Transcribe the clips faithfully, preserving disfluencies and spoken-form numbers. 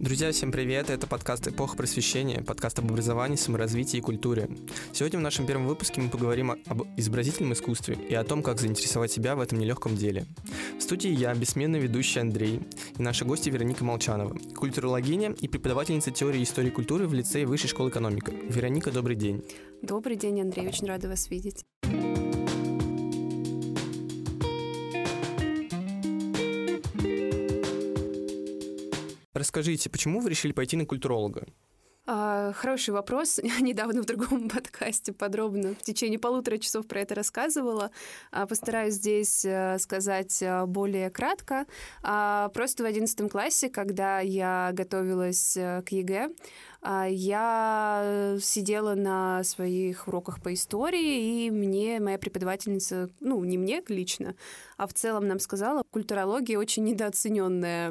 Друзья, всем привет! Это подкаст «Эпоха просвещения», подкаст об образовании, саморазвитии и культуре. Сегодня в нашем первом выпуске мы поговорим об изобразительном искусстве и о том, как заинтересовать себя в этом нелегком деле. В студии я, бессменный ведущий Андрей, и наши гости Вероника Молчанова, культурологиня и преподавательница теории и истории культуры в лицее Высшей школы экономика. Вероника, добрый день. Добрый день, Андрей, очень рада вас видеть. Расскажите, почему вы решили пойти на культуролога? Хороший вопрос. Недавно в другом подкасте подробно в течение полутора часов про это рассказывала. Постараюсь здесь сказать более кратко. Просто в одиннадцатом классе, когда я готовилась к ЕГЭ, я сидела на своих уроках по истории, и мне моя преподавательница, ну, не мне лично, а в целом нам сказала, культурология очень недооцененное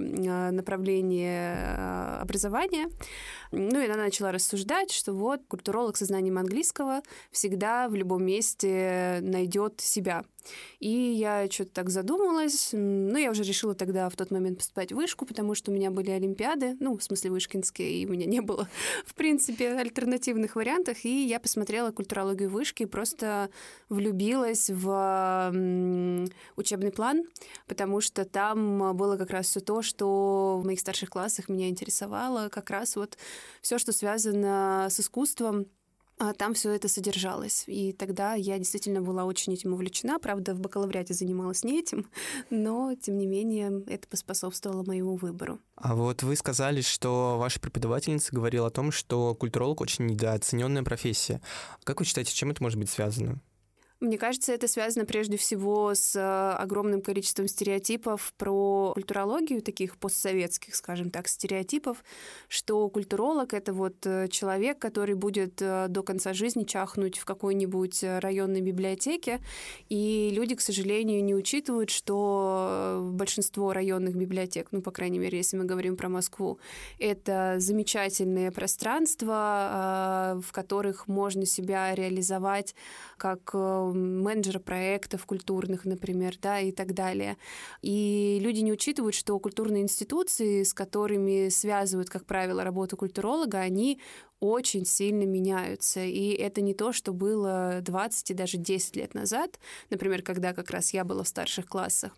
направление образования. Ну, и она начала рассуждать, что вот культуролог со знанием английского всегда в любом месте найдет себя. И я что-то так задумалась. Ну, я уже решила тогда в тот момент поступать в вышку, потому что у меня были олимпиады, ну, в смысле вышкинские, и у меня не было, в принципе, альтернативных вариантов. И я посмотрела культурологию вышки и просто влюбилась в учебный план, потому что там было как раз все то, что в моих старших классах меня интересовало, как раз вот все, что связано с искусством. Там все это содержалось. И тогда я действительно была очень этим увлечена. Правда, в бакалавриате занималась не этим, но, тем не менее, это поспособствовало моему выбору. А вот вы сказали, что ваша преподавательница говорила о том, что культуролог очень недооцененная профессия. Как вы считаете, с чем это может быть связано? Мне кажется, это связано прежде всего с огромным количеством стереотипов про культурологию, таких постсоветских, скажем так, стереотипов, что культуролог — это вот человек, который будет до конца жизни чахнуть в какой-нибудь районной библиотеке, и люди, к сожалению, не учитывают, что большинство районных библиотек, ну, по крайней мере, если мы говорим про Москву, это замечательные пространства, в которых можно себя реализовать как менеджера проектов культурных, например, да, и так далее. И люди не учитывают, что культурные институции, с которыми связывают, как правило, работу культуролога, они очень сильно меняются. И это не то, что было двадцать и даже десять лет назад, например, когда как раз я была в старших классах.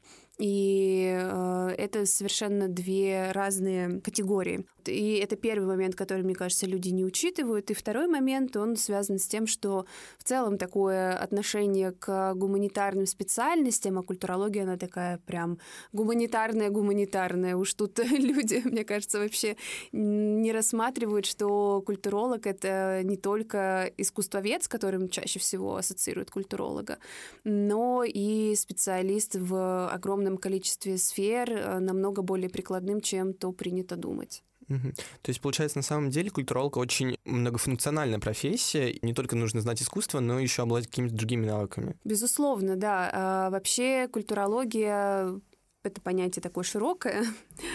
И э, это совершенно две разные категории. И это первый момент, который, мне кажется, люди не учитывают. И второй момент, он связан с тем, что в целом такое отношение к гуманитарным специальностям, а культурология, она такая прям гуманитарная-гуманитарная. Уж тут люди, мне кажется, вообще не рассматривают, что культуролог — это не только искусствовед, с которым чаще всего ассоциируют культуролога, но и специалист в огромном количестве сфер, намного более прикладным, чем то принято думать. Угу. То есть, получается, на самом деле культуролог очень многофункциональная профессия. Не только нужно знать искусство, но еще обладать какими-то другими навыками. Безусловно, да. А вообще культурология — это понятие такое широкое.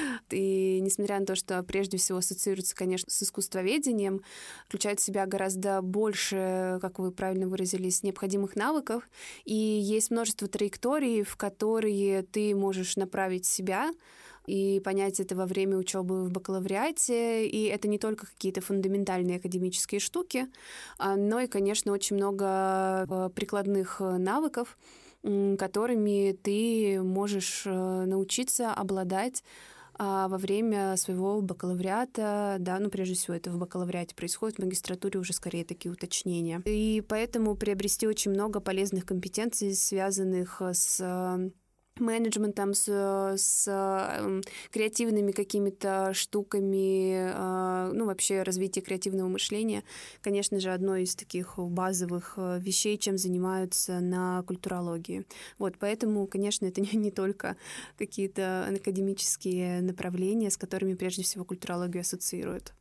И несмотря на то, что прежде всего ассоциируется, конечно, с искусствоведением, включает в себя гораздо больше, как вы правильно выразились, необходимых навыков. И есть множество траекторий, в которые ты можешь направить себя, и понять это во время учебы в бакалавриате. И это не только какие-то фундаментальные академические штуки, но и, конечно, очень много прикладных навыков, которыми ты можешь научиться обладать во время своего бакалавриата, да, ну, прежде всего, это в бакалавриате происходит, в магистратуре уже скорее такие уточнения. И поэтому приобрести очень много полезных компетенций, связанных с менеджментом, с, с э, креативными какими-то штуками, э, ну, вообще развитие креативного мышления, конечно же, одно из таких базовых вещей, чем занимаются на культурологии. Вот, поэтому, конечно, это не, не только какие-то академические направления, с которыми прежде всего культурологию ассоциируют.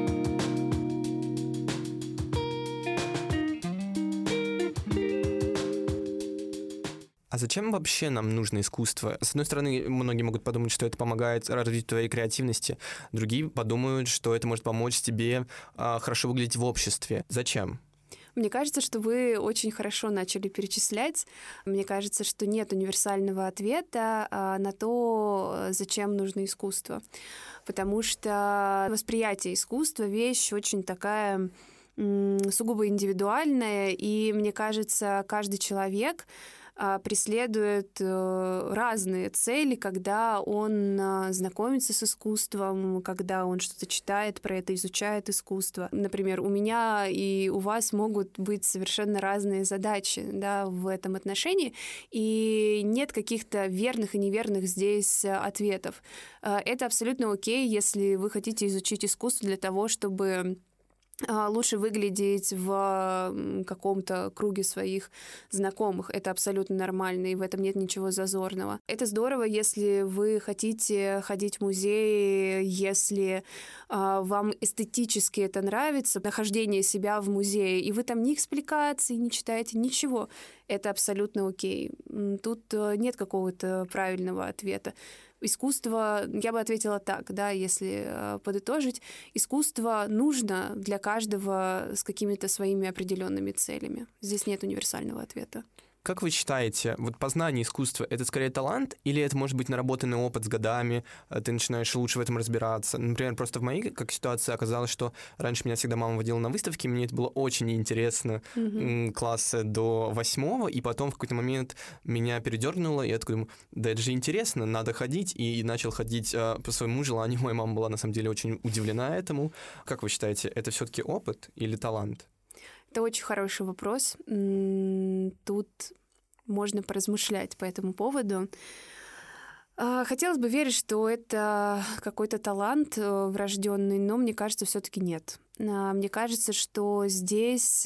А зачем вообще нам нужно искусство? С одной стороны, многие могут подумать, что это помогает развить твоей креативности. Другие подумают, что это может помочь тебе а, хорошо выглядеть в обществе. Зачем? Мне кажется, что вы очень хорошо начали перечислять. Мне кажется, что нет универсального ответа на то, зачем нужно искусство. Потому что восприятие искусства — вещь очень такая сугубо индивидуальная, и, мне кажется, каждый человек преследует разные цели, когда он знакомится с искусством, когда он что-то читает про это, изучает искусство. Например, у меня и у вас могут быть совершенно разные задачи, да, в этом отношении, и нет каких-то верных и неверных здесь ответов. Это абсолютно окей, если вы хотите изучить искусство для того, чтобы лучше выглядеть в каком-то круге своих знакомых. Это абсолютно нормально, и в этом нет ничего зазорного. Это здорово, если вы хотите ходить в музей, если а, вам эстетически это нравится, нахождение себя в музее, и вы там ни экспликации не читаете, ничего. Это абсолютно окей. Тут нет какого-то правильного ответа. Искусство, я бы ответила так, да, если подытожить, искусство нужно для каждого с какими-то своими определенными целями. Здесь нет универсального ответа. Как вы считаете, вот познание искусства — это скорее талант, или это может быть наработанный опыт с годами, ты начинаешь лучше в этом разбираться? Например, просто в моей как ситуации оказалось, что раньше меня всегда мама водила на выставки, мне это было очень интересно, mm-hmm. класса до восьмого, и потом в какой-то момент меня передернуло, и я такой думаю, да это же интересно, надо ходить, и начал ходить э, по своему желанию. Моя мама была на самом деле очень удивлена этому. Как вы считаете, это все-таки опыт или талант? Это очень хороший вопрос. Тут можно поразмышлять по этому поводу. Хотелось бы верить, что это какой-то талант врожденный, но мне кажется, все-таки нет. Мне кажется, что здесь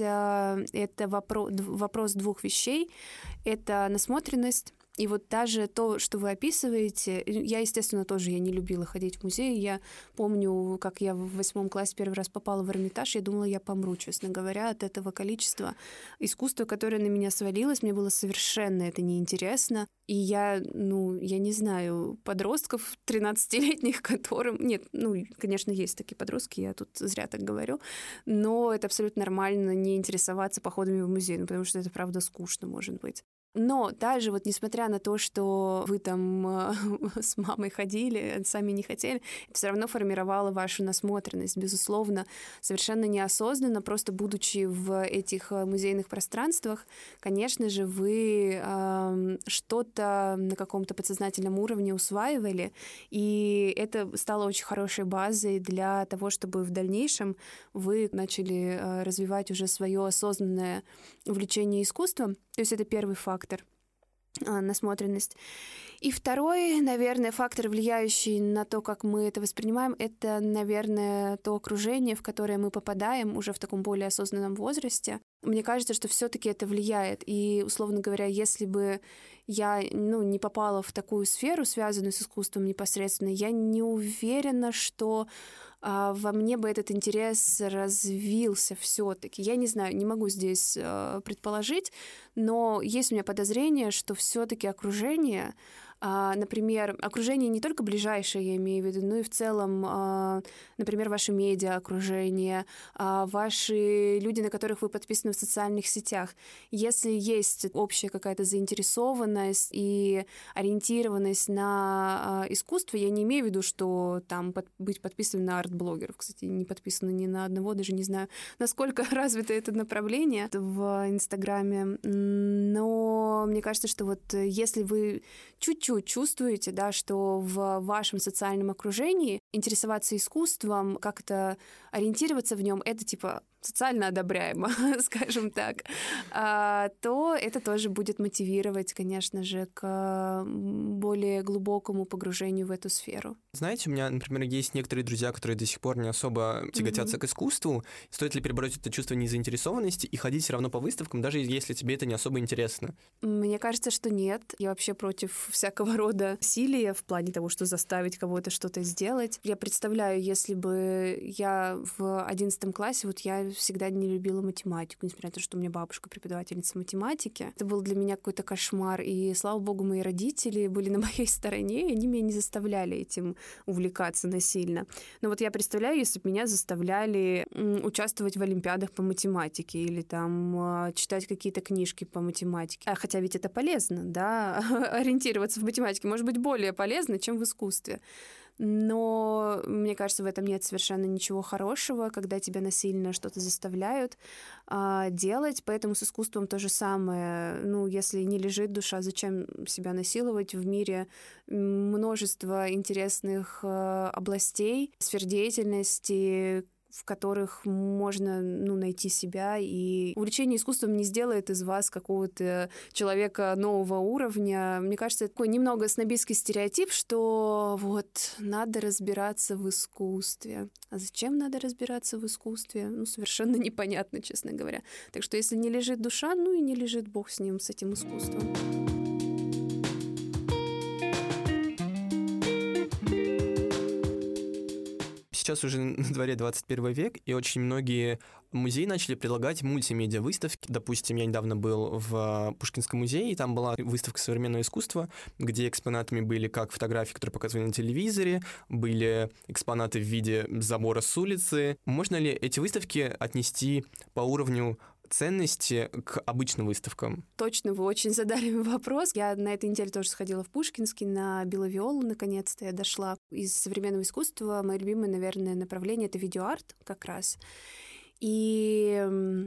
это вопрос, вопрос двух вещей. Это насмотренность. И вот даже то, что вы описываете, я, естественно, тоже я не любила ходить в музей. Я помню, как я в восьмом классе первый раз попала в Эрмитаж, я думала, я помру, честно говоря, от этого количества искусства, которое на меня свалилось. Мне было совершенно это неинтересно. И я, ну, я не знаю, подростков тринадцатилетних, которым... Нет, ну, конечно, есть такие подростки, я тут зря так говорю, но это абсолютно нормально не интересоваться походами в музей, ну, потому что это, правда, скучно, может быть. Но даже вот несмотря на то, что вы там э, с мамой ходили, сами не хотели, это все равно формировало вашу насмотренность, безусловно, совершенно неосознанно, просто будучи в этих музейных пространствах, конечно же, вы э, что-то на каком-то подсознательном уровне усваивали, и это стало очень хорошей базой для того, чтобы в дальнейшем вы начали э, развивать уже свое осознанное увлечение искусством. То есть это первый фактор — насмотренность. И второй, наверное, фактор, влияющий на то, как мы это воспринимаем, это, наверное, то окружение, в которое мы попадаем уже в таком более осознанном возрасте. Мне кажется, что все-таки это влияет. И, условно говоря, если бы я ну, не попала в такую сферу, связанную с искусством непосредственно, я не уверена, что а, во мне бы этот интерес развился все-таки. Я не знаю, не могу здесь а, предположить, но есть у меня подозрение, что все-таки окружение, а, например, окружение не только ближайшее, я имею в виду, но и в целом, а, например, ваше медиа-окружение, а, ваши люди, на которых вы подписаны в социальных сетях. Если есть общая какая-то заинтересованность и ориентированность на а, искусство, я не имею в виду, что там под, быть подписанным на арт-блогеров. Кстати, не подписана ни на одного, даже не знаю, насколько развито это направление в Инстаграме. Но мне кажется, что вот если вы чуть-чуть чувствуете, да, что в вашем социальном окружении интересоваться искусством, как-то ориентироваться в нем, это типа социально одобряемо, скажем так, а, то это тоже будет мотивировать, конечно же, к более глубокому погружению в эту сферу. Знаете, у меня, например, есть некоторые друзья, которые до сих пор не особо тяготятся mm-hmm. к искусству. Стоит ли перебороть это чувство незаинтересованности и ходить все равно по выставкам, даже если тебе это не особо интересно? Мне кажется, что нет. Я вообще против всякого рода насилия в плане того, что заставить кого-то что-то сделать. Я представляю, если бы я в одиннадцатом классе, вот я всегда не любила математику, несмотря на то, что у меня бабушка преподавательница математики. Это был для меня какой-то кошмар, и, слава богу, мои родители были на моей стороне, и они меня не заставляли этим увлекаться насильно. Но вот я представляю, если бы меня заставляли участвовать в олимпиадах по математике или там читать какие-то книжки по математике. А хотя ведь это полезно, да, ориентироваться в математике может быть более полезно, чем в искусстве. Но мне кажется, в этом нет совершенно ничего хорошего, когда тебя насильно что-то заставляют а, делать. Поэтому с искусством то же самое. Ну, если не лежит душа, зачем себя насиловать? В мире множество интересных а, областей, сфер деятельности, в которых можно, ну, найти себя, и увлечение искусством не сделает из вас какого-то человека нового уровня. Мне кажется, это такой немного снобистский стереотип, что вот надо разбираться в искусстве. А зачем надо разбираться в искусстве? Ну, совершенно непонятно, честно говоря. Так что если не лежит душа, ну и не лежит Бог с ним, с этим искусством. Сейчас уже на дворе двадцать первый век, и очень многие музеи начали предлагать мультимедиа-выставки. Допустим, я недавно был в Пушкинском музее, и там была выставка современного искусства, где экспонатами были как фотографии, которые показывали на телевизоре, были экспонаты в виде забора с улицы. Можно ли эти выставки отнести по уровню ценности к обычным выставкам? Точно, вы очень задали вопрос. Я на этой неделе тоже сходила в Пушкинский, на Беловиолу, наконец-то я дошла. Из современного искусства мое любимое, наверное, направление — это видеоарт как раз. И,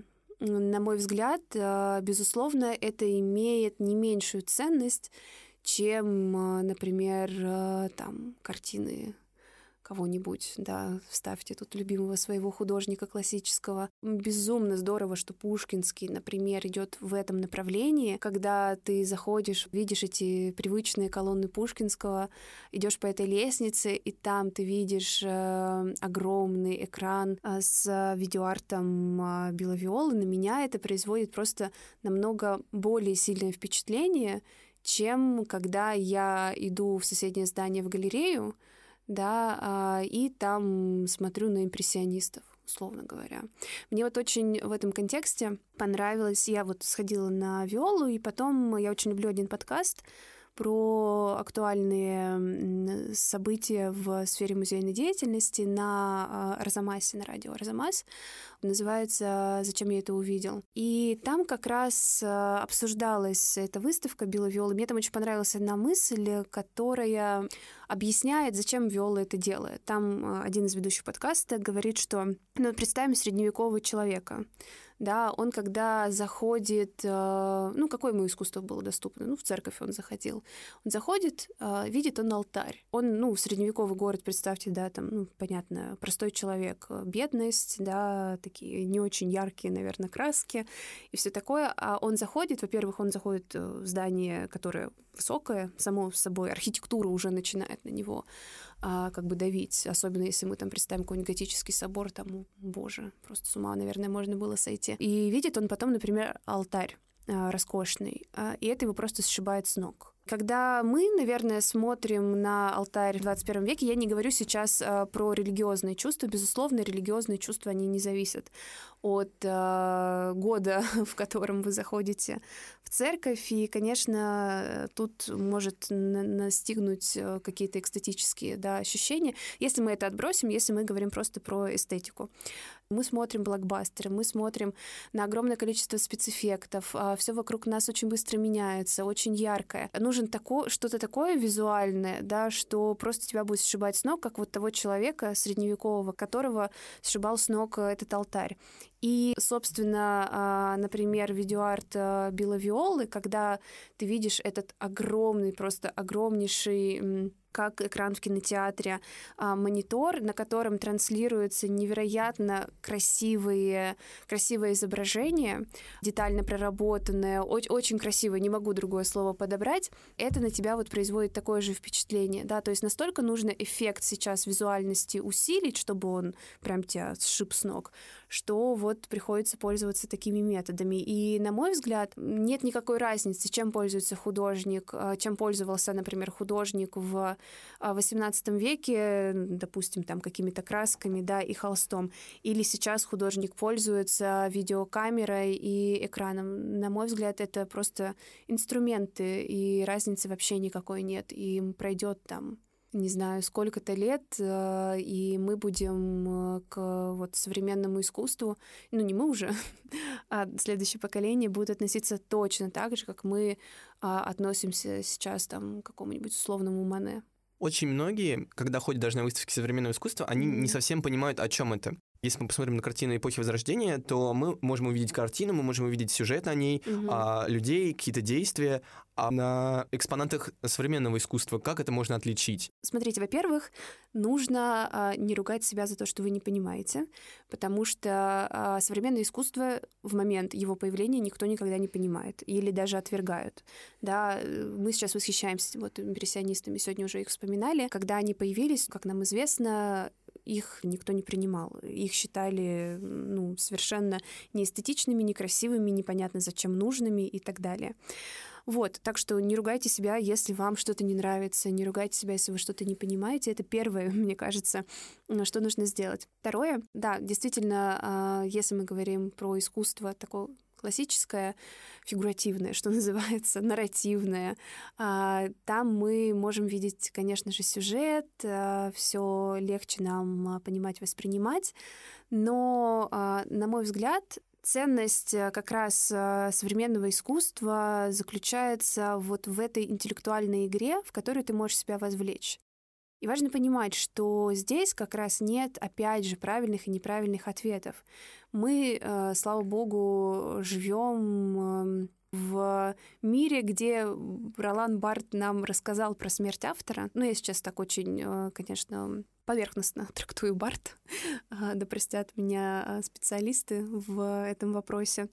на мой взгляд, безусловно, это имеет не меньшую ценность, чем, например, там, картины кого-нибудь, да, вставьте тут любимого своего художника классического. Безумно здорово, что Пушкинский, например, идет в этом направлении, когда ты заходишь, видишь эти привычные колонны Пушкинского, идешь по этой лестнице, и там ты видишь э, огромный экран э, с видеоартом э, Беловиолы. На меня это производит просто намного более сильное впечатление, чем когда я иду в соседнее здание в галерею, да, и там смотрю на импрессионистов, условно говоря. Мне вот очень в этом контексте понравилось, я вот сходила на Виолу, и потом я очень люблю один подкаст про актуальные события в сфере музейной деятельности на Арзамасе, на радио Арзамас. Называется «Зачем я это увидел?». И там как раз обсуждалась эта выставка Беловиолы. Мне там очень понравилась одна мысль, которая объясняет, зачем Виола это делает. Там один из ведущих подкаста говорит, что, ну, представим средневекового человека. Да, он когда заходит, ну, какое ему искусство было доступно? Ну, в церковь он заходил. Он заходит, видит он алтарь. Он, ну, средневековый город, представьте, да, там, ну, понятно, простой человек, бедность, да, такие не очень яркие, наверное, краски и все такое. А он заходит, во-первых, он заходит в здание, которое высокое, само собой, архитектура уже начинает на него а, как бы давить, особенно если мы там представим какой-нибудь готический собор, там, боже, просто с ума, наверное, можно было сойти. И видит он потом, например, алтарь а, роскошный, а, и это его просто сшибает с ног. Когда мы, наверное, смотрим на алтарь в двадцать первом веке, я не говорю сейчас а, про религиозные чувства, безусловно, религиозные чувства, они не зависят от а, года, в котором вы заходите в церковь, и, конечно, тут может на- настигнуть какие-то экстатические, да, ощущения, если мы это отбросим, если мы говорим просто про эстетику. Мы смотрим блокбастеры, мы смотрим на огромное количество спецэффектов, все вокруг нас очень быстро меняется, очень яркое. Нужен тако, что-то такое визуальное, да, что просто тебя будет сшибать с ног, как вот того человека средневекового, которого сшибал с ног этот алтарь. И, собственно, например, видеоарт Беловиолы, когда ты видишь этот огромный, просто огромнейший, как экран в кинотеатре, монитор, на котором транслируются невероятно красивые, красивое изображение, детально проработанное, очень красивое, не могу другое слово подобрать, это на тебя вот производит такое же впечатление, да, то есть настолько нужно эффект сейчас визуальности усилить, чтобы он прям тебя сшиб с ног, что вот приходится пользоваться такими методами. И, на мой взгляд, нет никакой разницы, чем пользуется художник, чем пользовался, например, художник в восемнадцатом веке, допустим, там какими-то красками, да, и холстом, или сейчас художник пользуется видеокамерой и экраном. На мой взгляд, это просто инструменты, и разницы вообще никакой нет. И пройдет там, не знаю, сколько-то лет, и мы будем к вот современному искусству, ну, не мы уже, а следующее поколение будет относиться точно так же, как мы относимся сейчас там, к какому-нибудь условному Мане. Очень многие, когда ходят даже на выставки современного искусства, они mm-hmm. не совсем понимают, о чем это. Если мы посмотрим на картину эпохи Возрождения, то мы можем увидеть картину, мы можем увидеть сюжет на ней, mm-hmm. а, людей, какие-то действия. А на экспонатах современного искусства как это можно отличить? Смотрите, во-первых, нужно а, не ругать себя за то, что вы не понимаете, потому что а, современное искусство в момент его появления никто никогда не понимает или даже отвергают. Да, мы сейчас восхищаемся вот импрессионистами, сегодня уже их вспоминали. Когда они появились, как нам известно, их никто не принимал. Их считали ну, совершенно неэстетичными, некрасивыми, непонятно зачем нужными и так далее. Вот, так что не ругайте себя, если вам что-то не нравится, не ругайте себя, если вы что-то не понимаете. Это первое, мне кажется, что нужно сделать. Второе, да, действительно, если мы говорим про искусство такое классическое, фигуративное, что называется, нарративное, там мы можем видеть, конечно же, сюжет, все легче нам понимать, воспринимать, но, на мой взгляд, ценность как раз современного искусства заключается вот в этой интеллектуальной игре, в которой ты можешь себя возвлечь. И важно понимать, что здесь как раз нет, опять же, правильных и неправильных ответов. Мы, слава богу, живем в мире, где Ролан Барт нам рассказал про смерть автора. Ну, я сейчас так очень, конечно, поверхностно трактую Барт, да простят меня специалисты в этом вопросе.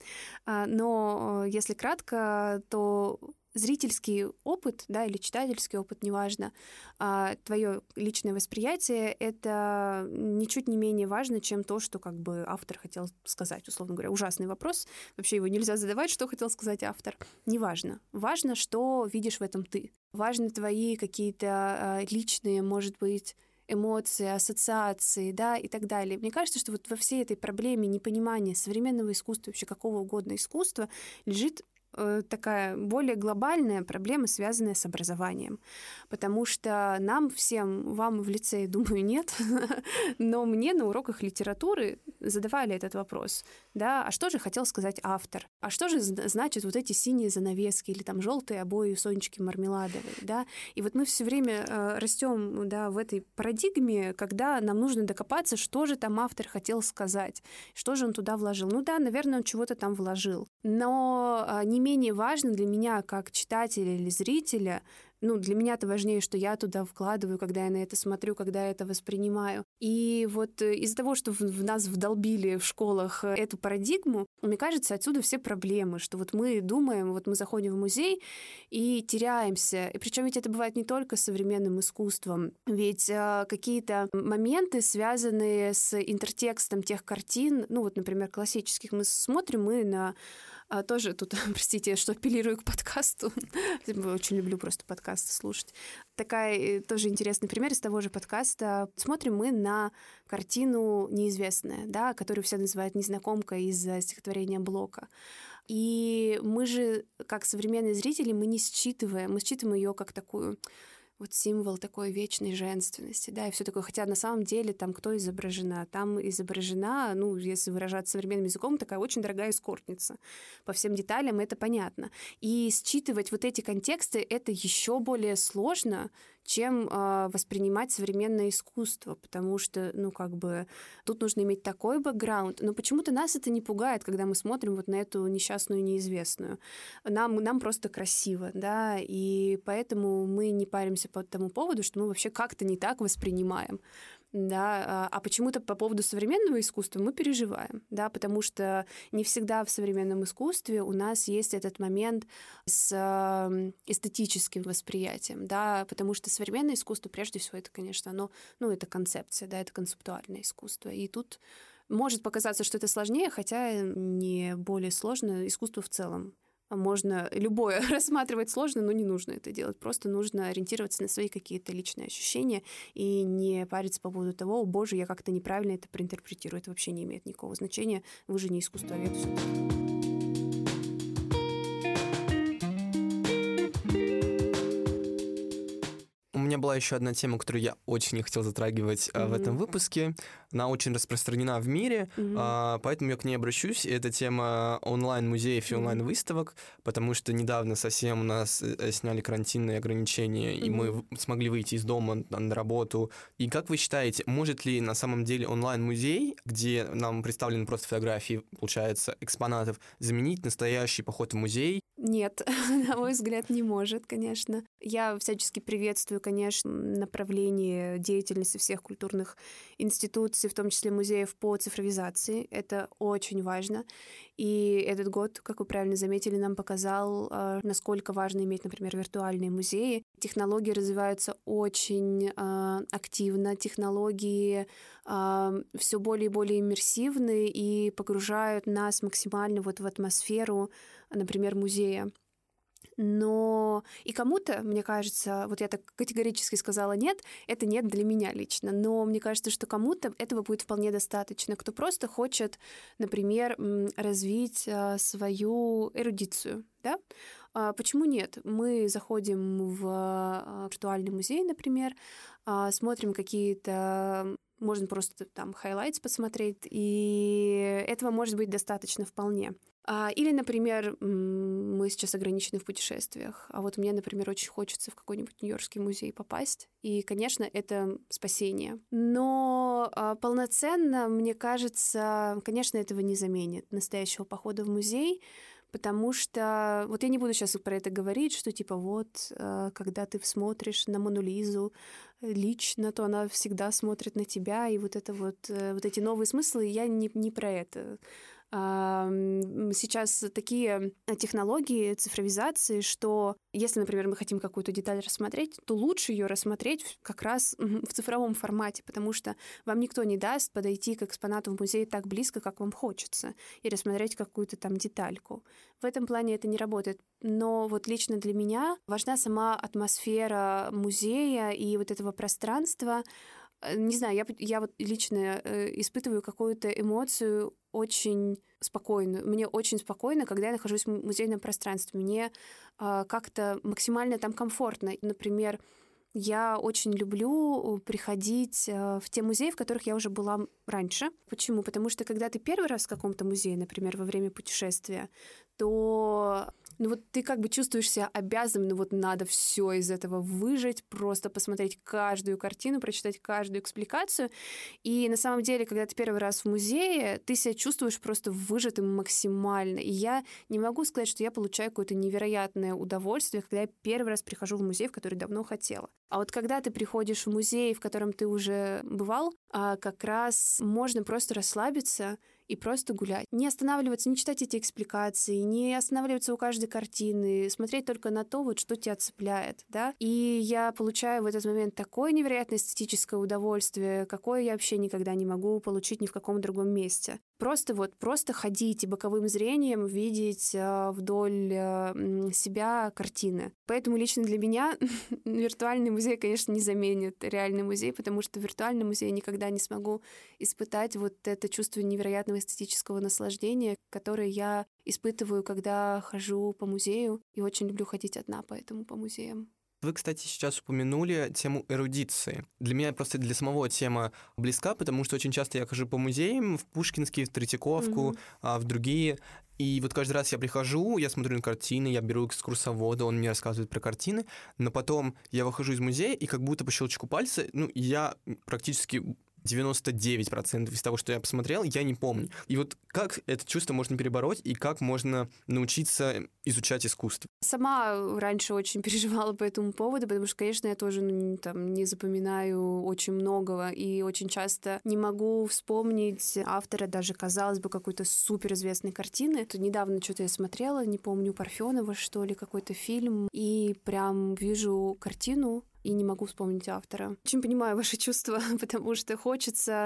Но если кратко, то зрительский опыт, да, или читательский опыт, неважно, твое личное восприятие — это ничуть не менее важно, чем то, что как бы автор хотел сказать, условно говоря. Ужасный вопрос. Вообще его нельзя задавать, что хотел сказать автор. Неважно. Важно, что видишь в этом ты. Важны твои какие-то личные, может быть, эмоции, ассоциации, да, и так далее. Мне кажется, что вот во всей этой проблеме непонимания современного искусства, вообще какого угодно искусства, лежит такая более глобальная проблема, связанная с образованием. Потому что нам всем, вам в лицее, думаю, нет, но мне на уроках литературы задавали этот вопрос. Да, а что же хотел сказать автор? А что же значит вот эти синие занавески или там желтые обои Сонечки Мармеладовой? Да? И вот мы все время э, растем, да, в этой парадигме, когда нам нужно докопаться, что же там автор хотел сказать, что же он туда вложил. Ну да, наверное, он чего-то там вложил. Но э, не менее важно для меня, как читателя или зрителя, ну, для меня это важнее, что я туда вкладываю, когда я на это смотрю, когда я это воспринимаю. И вот из-за того, что в нас вдолбили в школах эту парадигму, мне кажется, отсюда все проблемы, что вот мы думаем, вот мы заходим в музей и теряемся. И причем ведь это бывает не только с современным искусством, ведь э, какие-то моменты, связанные с интертекстом тех картин, ну вот, например, классических, мы смотрим, мы на А тоже тут, простите, что апеллирую к подкасту. Очень люблю просто подкасты слушать. Такая тоже интересный пример из того же подкаста. Смотрим мы на картину «Неизвестная», да, которую все называют «Незнакомка» из стихотворения Блока. И мы же, как современные зрители, мы не считываем, мы считываем ее как такую вот символ такой вечной женственности, да, и все такое. Хотя на самом деле там кто изображена? Там изображена, ну, если выражаться современным языком, такая очень дорогая эскортница. По всем деталям это понятно. И считывать вот эти контексты — это еще более сложно, чем э, воспринимать современное искусство, потому что, ну, как бы, тут нужно иметь такой бэкграунд, но почему-то нас это не пугает, когда мы смотрим вот на эту несчастную неизвестную. Нам, нам просто красиво, да, и поэтому мы не паримся по тому поводу, что мы вообще как-то не так воспринимаем. Да, а почему-то по поводу современного искусства мы переживаем, да, потому что не всегда в современном искусстве у нас есть этот момент с эстетическим восприятием, да, потому что современное искусство, прежде всего, это, конечно, оно, ну, это концепция, да, это концептуальное искусство, и тут Может показаться, что это сложнее, хотя не более сложно искусство в целом. Можно любое рассматривать сложно, но не нужно это делать. Просто нужно ориентироваться на свои какие-то личные ощущения и не париться по поводу того, о боже, я как-то неправильно это проинтерпретирую. Это вообще не имеет никакого значения. Вы же не искусствовед все-таки. У меня была еще одна тема, которую я очень не хотел затрагивать mm-hmm. в этом выпуске. Она очень распространена в мире, mm-hmm. поэтому я к ней обращусь. Это тема онлайн-музеев и онлайн-выставок, потому что недавно совсем у нас сняли карантинные ограничения, mm-hmm. и мы смогли выйти из дома на работу. И как вы считаете, может ли на самом деле онлайн-музей, где нам представлены просто фотографии, получается, экспонатов, заменить настоящий поход в музей? Нет, на мой взгляд, не может, конечно. Я всячески приветствую, конечно, направление деятельности всех культурных институций, в том числе музеев, по цифровизации. Это очень важно. И этот год, как вы правильно заметили, нам показал, насколько важно иметь, например, виртуальные музеи. Технологии развиваются очень активно, технологии все более и более иммерсивны и погружают нас максимально вот в атмосферу, например, музея. Но и кому-то, мне кажется, вот я так категорически сказала нет, это нет для меня лично, но мне кажется, что кому-то этого будет вполне достаточно, кто просто хочет, например, развить свою эрудицию, да? Почему нет? Мы заходим в виртуальный музей, например, смотрим какие-то... Можно просто там хайлайтс посмотреть, и этого может быть достаточно вполне. Или, например, мы сейчас ограничены в путешествиях, а вот мне, например, очень хочется в какой-нибудь Нью-Йоркский музей попасть, и, конечно, это спасение. Но полноценно, мне кажется, конечно, этого не заменит настоящего похода в музей, потому что, вот я не буду сейчас про это говорить, что типа вот, когда ты смотришь на Мону Лизу лично, то она всегда смотрит на тебя, и вот это вот, вот эти новые смыслы, я не, не про это. Сейчас такие технологии цифровизации, что если, например, мы хотим какую-то деталь рассмотреть, то лучше ее рассмотреть как раз в цифровом формате, потому что вам никто не даст подойти к экспонату в музее так близко, как вам хочется, и рассмотреть какую-то там детальку. В этом плане это не работает. Но вот лично для меня важна сама атмосфера музея и вот этого пространства. Не знаю, я, я вот лично испытываю какую-то эмоцию очень спокойную. Мне очень спокойно, когда я нахожусь в музейном пространстве. Мне э, как-то максимально там комфортно. Например, я очень люблю приходить э, в те музеи, в которых я уже была раньше. Почему? Потому что когда ты первый раз в каком-то музее, например, во время путешествия, то... Ну вот ты как бы чувствуешь себя обязанным, ну вот надо все из этого выжать, просто посмотреть каждую картину, прочитать каждую экспликацию. И на самом деле, когда ты первый раз в музее, ты себя чувствуешь просто выжатым максимально. И я не могу сказать, что я получаю какое-то невероятное удовольствие, когда я первый раз прихожу в музей, в который давно хотела. А вот когда ты приходишь в музей, в котором ты уже бывал, как раз можно просто расслабиться и просто гулять. Не останавливаться, не читать эти экспликации, не останавливаться у каждой картины, смотреть только на то, вот, что тебя цепляет, да. И я получаю в этот момент такое невероятное эстетическое удовольствие, какое я вообще никогда не могу получить ни в каком другом месте. Просто вот, просто ходить и боковым зрением видеть э, вдоль э, себя картины. Поэтому лично для меня виртуальный музей, конечно, не заменит реальный музей, потому что в виртуальном музее я никогда не смогу испытать вот это чувство невероятного эстетического наслаждения, которое я испытываю, когда хожу по музею, и очень люблю ходить одна, поэтому по музеям. Вы, кстати, сейчас упомянули тему эрудиции. Для меня просто для самого тема близка, потому что очень часто я хожу по музеям, в Пушкинский, в Третьяковку, mm-hmm. а, в другие. И вот каждый раз я прихожу, я смотрю на картины, я беру экскурсовода, он мне рассказывает про картины, но потом я выхожу из музея, и как будто по щелчку пальца, ну, я практически... девяносто девять процентов из того, что я посмотрел, я не помню. И вот как это чувство можно перебороть, и как можно научиться изучать искусство? Сама раньше очень переживала по этому поводу, потому что, конечно, я тоже ну, там, не запоминаю очень многого, и очень часто не могу вспомнить автора даже, казалось бы, какой-то суперизвестной картины. То недавно что-то я смотрела, не помню, Парфенова, что ли, какой-то фильм, и прям вижу картину, и не могу вспомнить автора. Очень понимаю ваши чувства, потому что хочется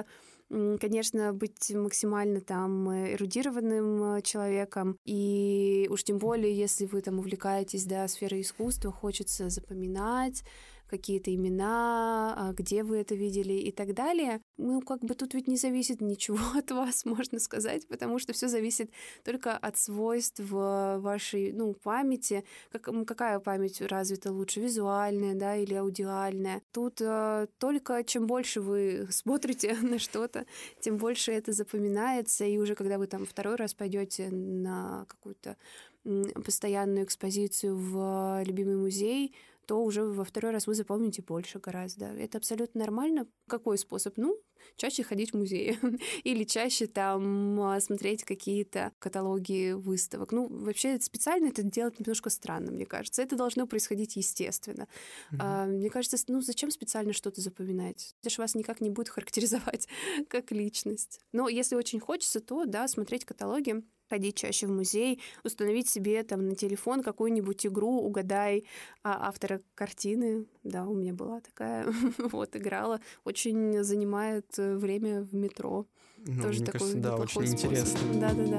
конечно, быть максимально там эрудированным человеком, и уж тем более, если вы там увлекаетесь, да, сферой искусства, хочется запоминать какие-то имена, где вы это видели и так далее. Ну, как бы тут ведь не зависит ничего от вас, можно сказать, потому что все зависит только от свойств вашей, ну, памяти. Как, какая память развита лучше, визуальная, да, или аудиальная. Тут э, только чем больше вы смотрите на что-то, тем больше это запоминается, и уже когда вы там второй раз пойдете на какую-то постоянную экспозицию в любимый музей, то уже во второй раз вы запомните больше гораздо. Это абсолютно нормально. Какой способ? Ну, чаще ходить в музеи или чаще там смотреть какие-то каталоги выставок. Ну, вообще специально это делать немножко странно, мне кажется. Это должно происходить естественно. Mm-hmm. А, мне кажется, ну зачем специально что-то запоминать? Это же вас никак не будет характеризовать как личность. Но если очень хочется, то, да, смотреть каталоги, ходить чаще в музей, установить себе там на телефон какую-нибудь игру, угадай а, автора картины. Да, у меня была такая, вот, играла. Очень занимает время в метро. Ну, тоже мне такой кажется, да, очень способ. интересно. Да-да-да.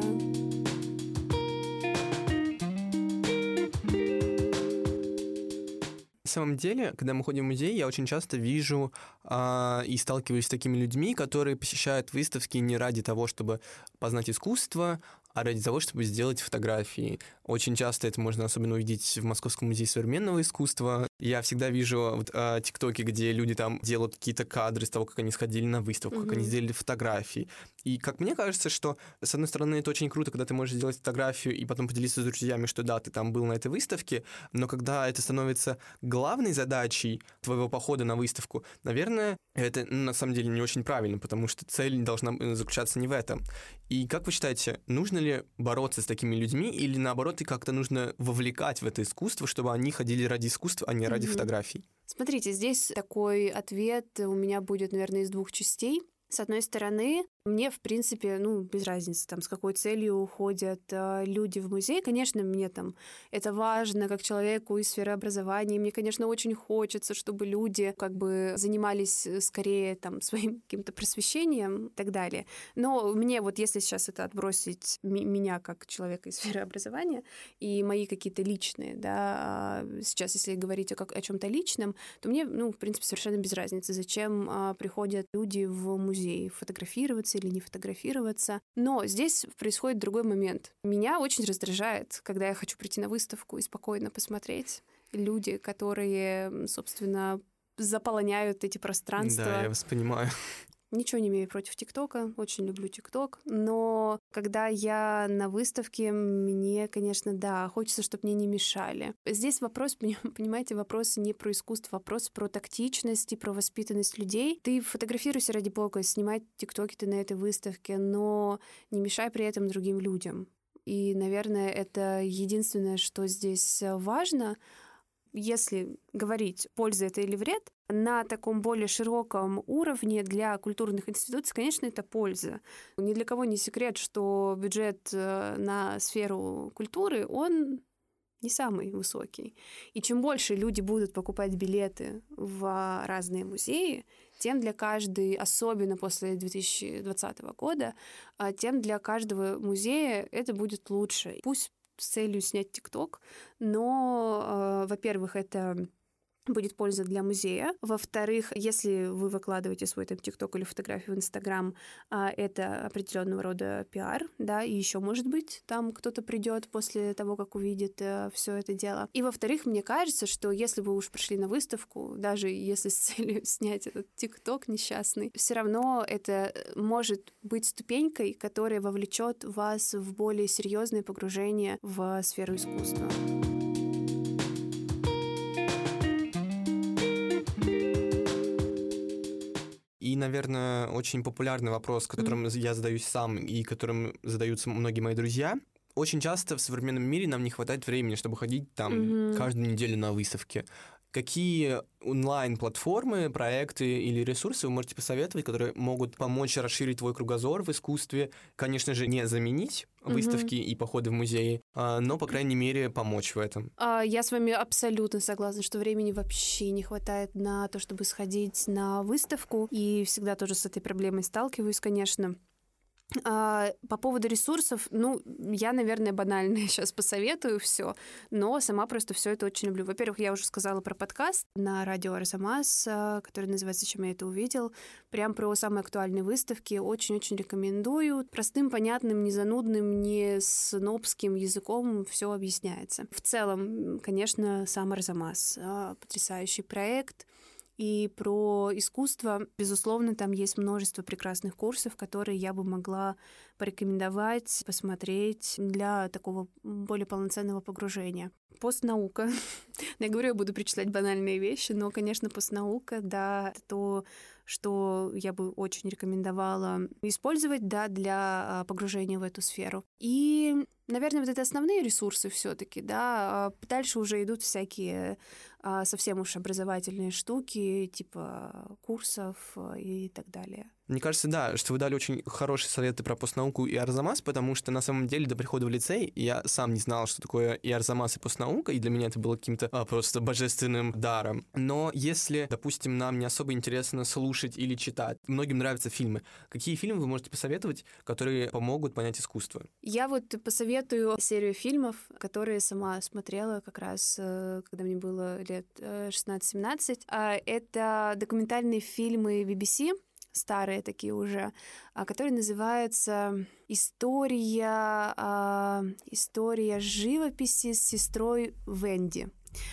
На самом деле, когда мы ходим в музей, я очень часто вижу э, и сталкиваюсь с такими людьми, которые посещают выставки не ради того, чтобы познать искусство, а ради того, чтобы сделать фотографии. Очень часто это можно особенно увидеть в Московском музее современного искусства. Я всегда вижу вот, э, тиктоки, где люди там делают какие-то кадры с того, как они сходили на выставку, mm-hmm. как они сделали фотографии. И как мне кажется, что, с одной стороны, это очень круто, когда ты можешь сделать фотографию и потом поделиться с друзьями, что да, ты там был на этой выставке, но когда это становится главной задачей твоего похода на выставку, наверное, это ну, на самом деле не очень правильно, потому что цель должна заключаться не в этом. И как вы считаете, нужно ли бороться с такими людьми или, наоборот, и как-то нужно вовлекать в это искусство, чтобы они ходили ради искусства, а не ради mm-hmm. фотографий? Смотрите, здесь такой ответ у меня будет, наверное, из двух частей. С одной стороны, мне, в принципе, ну, без разницы, там, с какой целью уходят э, люди в музей. Конечно, мне там это важно, как человеку из сферы образования. И мне, конечно, очень хочется, чтобы люди как бы занимались скорее там своим каким-то просвещением и так далее. Но мне вот, если сейчас это отбросить ми- меня как человека из сферы образования и мои какие-то личные, да, сейчас, если говорить о, как, о чем-то личном, то мне, ну, в принципе, совершенно без разницы, зачем э, приходят люди в музей фотографироваться или не фотографироваться. Но здесь происходит другой момент. Меня очень раздражает, когда я хочу прийти на выставку и спокойно посмотреть. Люди, которые, собственно, заполоняют эти пространства. Да, я вас понимаю. Ничего не имею против ТикТока, очень люблю ТикТок, но когда я на выставке, мне, конечно, да, хочется, чтобы мне не мешали. Здесь вопрос, понимаете, вопрос не про искусство, вопрос про тактичность и про воспитанность людей. Ты фотографируйся ради бога, снимай ТикТоки ты на этой выставке, но не мешай при этом другим людям. И, наверное, это единственное, что здесь важно. Если говорить, польза это или вред, на таком более широком уровне для культурных институций, конечно, это польза. Ни для кого не секрет, что бюджет на сферу культуры, он не самый высокий. И чем больше люди будут покупать билеты в разные музеи, тем для каждой, особенно после две тысячи двадцатого года, тем для каждого музея это будет лучше. Пусть с целью снять ТикТок, но, э, во-первых, это будет польза для музея. Во-вторых, если вы выкладываете свой там ТикТок или фотографию в Инстаграм, это определенного рода пиар, да, и еще, может быть, там кто-то придет после того, как увидит все это дело. И во-вторых, мне кажется, что если вы уж пришли на выставку, даже если с целью снять этот ТикТок несчастный, все равно это может быть ступенькой, которая вовлечет вас в более серьезное погружение в сферу искусства. И, наверное, очень популярный вопрос, которым mm-hmm. я задаюсь сам и которым задаются многие мои друзья. Очень часто в современном мире нам не хватает времени, чтобы ходить там mm-hmm. каждую неделю на выставки. Какие онлайн-платформы, проекты или ресурсы вы можете посоветовать, которые могут помочь расширить твой кругозор в искусстве? Конечно же, не заменить выставки mm-hmm. и походы в музеи, но, по крайней мере, помочь в этом. Я с вами абсолютно согласна, что времени вообще не хватает на то, чтобы сходить на выставку, и всегда тоже с этой проблемой сталкиваюсь, конечно. А, по поводу ресурсов, ну, я, наверное, банально сейчас посоветую все, но сама просто все это очень люблю. Во-первых, я уже сказала про подкаст на радио Арзамас, который называется «Зачем я это увидел?». Прям про самые актуальные выставки. Очень-очень рекомендую. Простым, понятным, не занудным, не снобским языком все объясняется. В целом, конечно, сам Арзамас. Потрясающий проект. И про искусство, безусловно, там есть множество прекрасных курсов, которые я бы могла порекомендовать, посмотреть для такого более полноценного погружения. Постнаука. Я говорю, я буду перечислять банальные вещи, но, конечно, постнаука, да, это то, что я бы очень рекомендовала использовать, да, для погружения в эту сферу. И, наверное, вот это основные ресурсы все-таки, да. Дальше уже идут всякие совсем уж образовательные штуки, типа курсов и так далее. Мне кажется, да, что вы дали очень хорошие советы про постнауку и Арзамас, потому что на самом деле до прихода в лицей я сам не знал, что такое и Арзамас, и постнаука, и для меня это было каким-то а, просто божественным даром. Но если, допустим, нам не особо интересно слушать или читать, многим нравятся фильмы, какие фильмы вы можете посоветовать, которые помогут понять искусство? Я вот посоветую серию фильмов, которые сама смотрела как раз, когда мне было лет шестнадцать-семнадцать. Это документальные фильмы би би си, старые такие уже, которые называются «История, история живописи с сестрой Венди».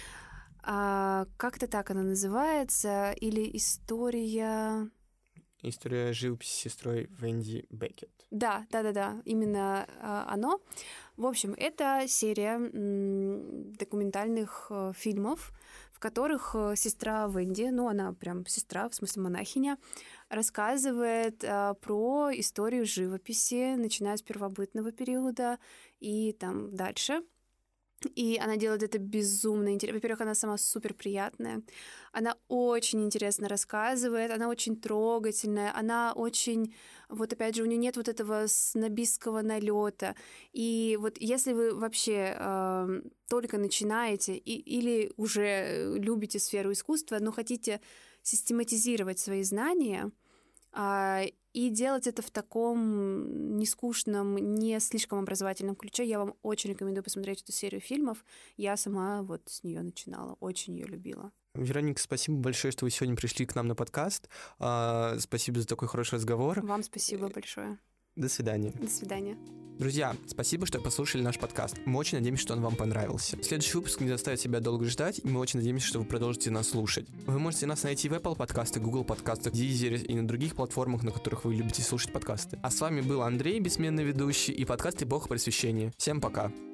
Как-то так она называется, или «История...» «История живописи с сестрой Венди Беккет». Да, да-да-да, именно оно. В общем, это серия документальных фильмов, в которых сестра Венди, ну, она прям сестра, в смысле монахиня, рассказывает а, про историю живописи, начиная с первобытного периода и там дальше. И она делает это безумно интересно. Во-первых, она сама супер приятная. Она очень интересно рассказывает, она очень трогательная, она очень... Вот опять же, у нее нет вот этого снобистского налета. И вот если вы вообще э, только начинаете и, или уже любите сферу искусства, но хотите систематизировать свои знания, и делать это в таком нескучном, не слишком образовательном ключе, я вам очень рекомендую посмотреть эту серию фильмов. Я сама вот с нее начинала, очень ее любила. Вероника, спасибо большое, что вы сегодня пришли к нам на подкаст. Спасибо за такой хороший разговор. Вам спасибо большое. До свидания. До свидания. Друзья, спасибо, что послушали наш подкаст. Мы очень надеемся, что он вам понравился. Следующий выпуск не заставит себя долго ждать, и мы очень надеемся, что вы продолжите нас слушать. Вы можете нас найти в Apple подкастах, Google подкастах, Deezer и на других платформах, на которых вы любите слушать подкасты. А с вами был Андрей, бессменный ведущий, и подкаст «Эпоха просвещения». Всем пока!